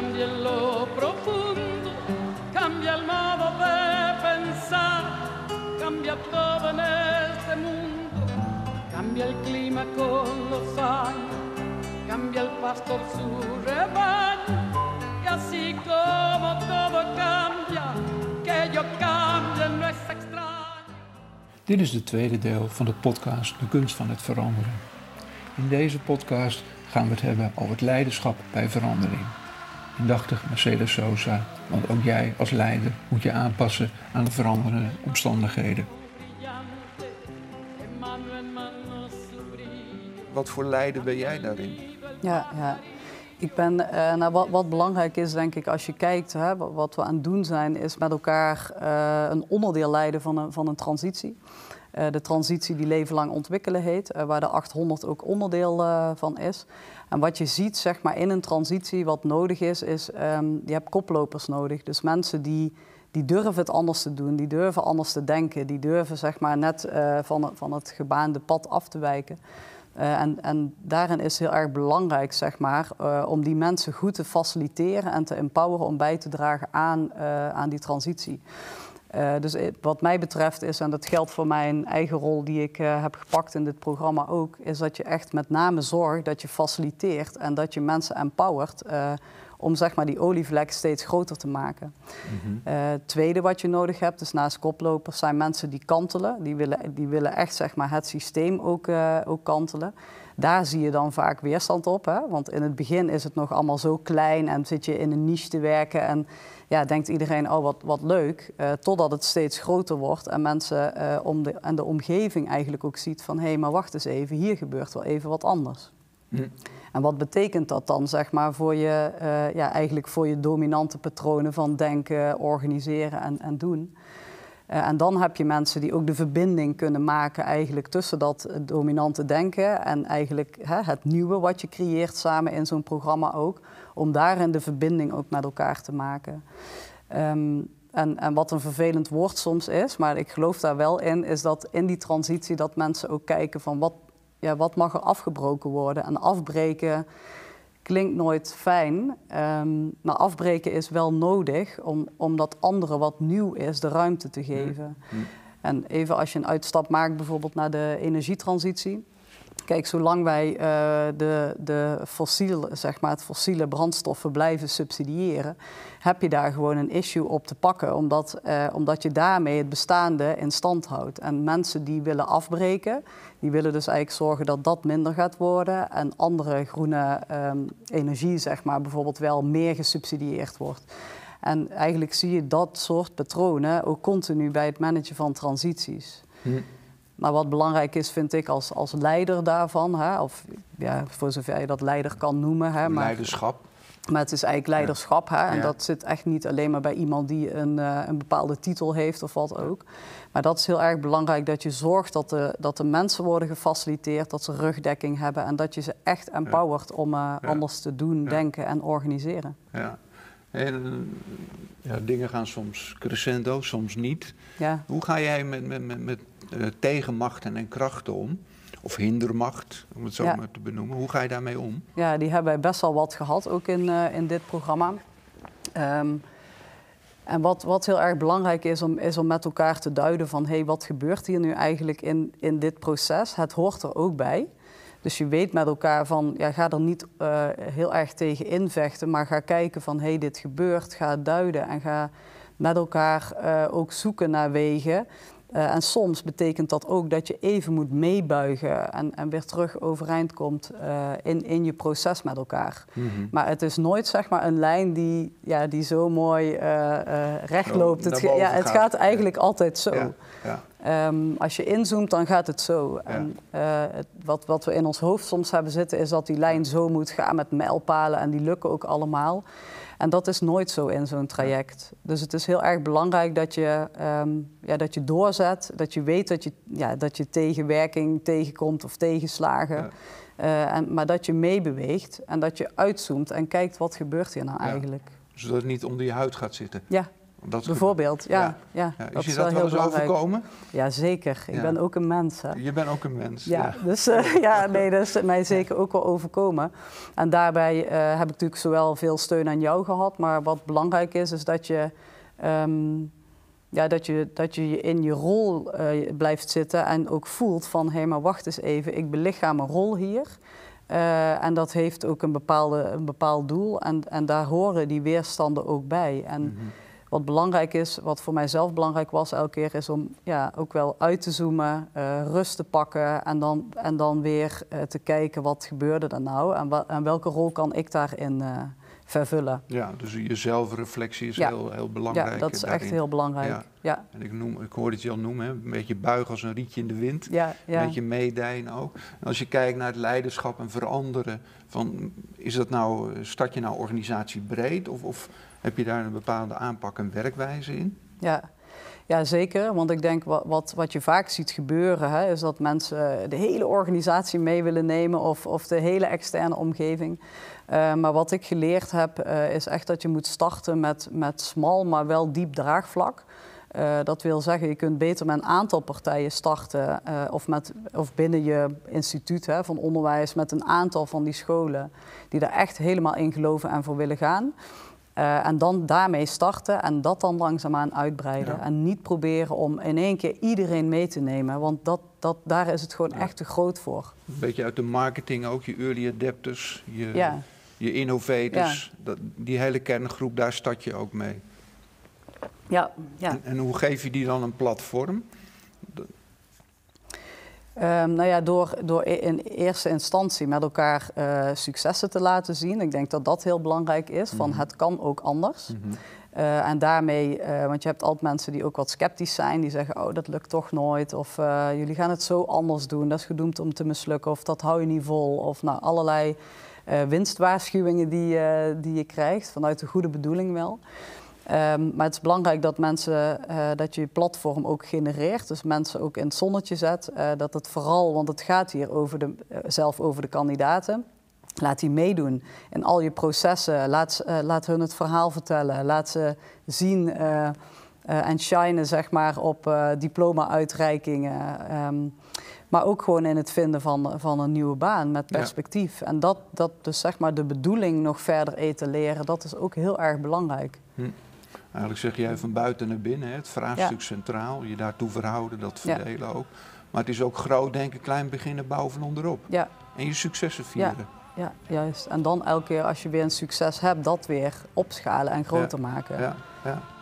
cambia en lo profundo, cambia el modo de pensar, cambia todo en este mundo, cambia el clima con los años, cambia el pastor su rebaño, y así como todo cambia, que yo cambie no es extraño. Dit is het tweede deel van de podcast De Kunst van het Veranderen. In deze podcast gaan we het hebben over het leiderschap bij verandering. Indachtig Mercedes Sosa, want ook jij als leider moet je aanpassen aan de veranderende omstandigheden. Wat voor leider ben jij daarin? Ja. Ik ben, wat belangrijk is, denk ik, als je kijkt, hè, wat we aan het doen zijn, is met elkaar een onderdeel leiden van een transitie. De transitie die leven lang ontwikkelen heet, waar de 800 ook onderdeel van is. En wat je ziet, zeg maar, in een transitie, wat nodig is, je hebt koplopers nodig. Dus mensen die durven het anders te doen, die durven anders te denken, die durven, zeg maar, net van het gebaande pad af te wijken. En daarin is het heel erg belangrijk, zeg maar, om die mensen goed te faciliteren en te empoweren om bij te dragen aan die transitie. Dus wat mij betreft is, en dat geldt voor mijn eigen rol die ik heb gepakt in dit programma ook, is dat je echt met name zorgt dat je faciliteert en dat je mensen empowert om, zeg maar, die olievlek steeds groter te maken. Mm-hmm. Het tweede wat je nodig hebt, dus naast koplopers, zijn mensen die kantelen. Die willen echt, zeg maar, het systeem ook kantelen. Daar zie je dan vaak weerstand op, hè? Want in het begin is het nog allemaal zo klein en zit je in een niche te werken en ja, denkt iedereen, oh wat leuk, totdat het steeds groter wordt en mensen en de omgeving eigenlijk ook ziet van hé, maar wacht eens even, hier gebeurt wel even wat anders. Mm. En wat betekent dat dan, zeg maar, voor je dominante patronen van denken, organiseren en doen? En dan heb je mensen die ook de verbinding kunnen maken eigenlijk tussen dat dominante denken en eigenlijk het nieuwe wat je creëert samen in zo'n programma ook, om daarin de verbinding ook met elkaar te maken. En wat een vervelend woord soms is, maar ik geloof daar wel in, is dat in die transitie dat mensen ook kijken van wat mag er afgebroken worden. En afbreken klinkt nooit fijn, maar afbreken is wel nodig om dat andere wat nieuw is de ruimte te geven. Mm. En even als je een uitstap maakt bijvoorbeeld naar de energietransitie. Kijk, zolang wij het fossiele brandstoffen blijven subsidiëren, heb je daar gewoon een issue op te pakken, omdat je daarmee het bestaande in stand houdt. En mensen die willen afbreken, die willen dus eigenlijk zorgen dat dat minder gaat worden en andere groene energie, zeg maar, bijvoorbeeld wel meer gesubsidieerd wordt. En eigenlijk zie je dat soort patronen ook continu bij het managen van transities. Maar wat belangrijk is, vind ik, als leider daarvan, of ja, voor zover je dat leider kan noemen. Leiderschap. Maar het is eigenlijk leiderschap. Ja. En dat zit echt niet alleen maar bij iemand die een bepaalde titel heeft of wat ook. Maar dat is heel erg belangrijk, dat je zorgt dat de mensen worden gefaciliteerd, dat ze rugdekking hebben en dat je ze echt empowert om anders te doen, denken en organiseren. Ja. En dingen gaan soms crescendo, soms niet. Ja. Hoe ga jij met tegenmachten en krachten om? Of hindermacht, om het zo maar te benoemen. Hoe ga je daarmee om? Ja, die hebben wij best wel wat gehad, ook in dit programma. En wat heel erg belangrijk is om met elkaar te duiden van hé, wat gebeurt hier nu eigenlijk in dit proces? Het hoort er ook bij. Dus je weet met elkaar van, ga er niet heel erg tegen invechten, maar ga kijken van hé, dit gebeurt, ga het duiden en ga met elkaar ook zoeken naar wegen. En soms betekent dat ook dat je even moet meebuigen en weer terug overeind komt in je proces met elkaar. Mm-hmm. Maar het is nooit, zeg maar, een lijn die zo mooi recht loopt. Het gaat eigenlijk altijd zo. Ja. Ja. Als je inzoomt, dan gaat het zo. Ja. En wat we in ons hoofd soms hebben zitten, is dat die lijn zo moet gaan met mijlpalen en die lukken ook allemaal. En dat is nooit zo in zo'n traject. Dus het is heel erg belangrijk dat je doorzet, dat je weet dat je tegenwerking tegenkomt of tegenslagen. Ja. Maar dat je meebeweegt en dat je uitzoomt en kijkt wat gebeurt hier nou eigenlijk. Zodat het niet onder je huid gaat zitten. Ja. Bijvoorbeeld, ja. Is je dat wel eens overkomen? Ja, zeker. Ik ben ook een mens. Hè. Je bent ook een mens. Ja, dus dat is mij zeker ook wel overkomen. En daarbij heb ik natuurlijk zowel veel steun aan jou gehad, maar wat belangrijk is dat je dat je in je rol blijft zitten en ook voelt van, hé, maar wacht eens even, ik belichaam een rol hier. En dat heeft ook een bepaald doel en daar horen die weerstanden ook bij. En wat belangrijk is, wat voor mij zelf belangrijk was elke keer, is om ook wel uit te zoomen, rust te pakken en dan weer te kijken wat gebeurde er nou en welke rol kan ik daarin vervullen. Ja, dus je zelfreflectie is heel belangrijk. Ja, dat is echt heel belangrijk. Ja. En ik hoorde het je al noemen, hè? Een beetje buigen als een rietje in de wind. Ja. Een beetje meedijen ook. En als je kijkt naar het leiderschap en veranderen, is dat nou, start je nou organisatiebreed of heb je daar een bepaalde aanpak en werkwijze in? Ja, zeker. Want ik denk wat je vaak ziet gebeuren, is dat mensen de hele organisatie mee willen nemen of de hele externe omgeving. Maar wat ik geleerd heb, is echt dat je moet starten met smal, maar wel diep draagvlak. Dat wil zeggen, je kunt beter met een aantal partijen starten of binnen je instituut van onderwijs met een aantal van die scholen die daar echt helemaal in geloven en voor willen gaan. En dan daarmee starten en dat dan langzaamaan uitbreiden. Ja. En niet proberen om in één keer iedereen mee te nemen, want daar is het gewoon echt te groot voor. Een beetje uit de marketing ook, je early adapters, je innovators, die hele kerngroep, daar start je ook mee. Ja. En hoe geef je die dan een platform? Door in eerste instantie met elkaar successen te laten zien. Ik denk dat dat heel belangrijk is, van het kan ook anders. En daarmee, want je hebt altijd mensen die ook wat sceptisch zijn, die zeggen, oh, dat lukt toch nooit, of jullie gaan het zo anders doen, dat is gedoemd om te mislukken, of dat hou je niet vol, of allerlei winstwaarschuwingen die je krijgt, vanuit de goede bedoeling wel. Maar het is belangrijk dat dat je platform ook genereert, dus mensen ook in het zonnetje zet. Dat het vooral, want het gaat hier zelf over de kandidaten. Laat die meedoen in al je processen. Laat hun het verhaal vertellen. Laat ze zien en shinen, zeg maar, op diploma-uitreikingen. Maar ook gewoon in het vinden van een nieuwe baan met perspectief. Ja. En dat dus, zeg maar, de bedoeling nog verder etaleren, dat is ook heel erg belangrijk. Eigenlijk zeg jij van buiten naar binnen, hè? Het vraagstuk centraal, je daartoe verhouden, dat verdelen ook. Maar het is ook groot denken, klein beginnen, bouwen van onderop. Ja. En je successen vieren. Ja, juist. En dan elke keer als je weer een succes hebt, dat weer opschalen en groter maken. Ja.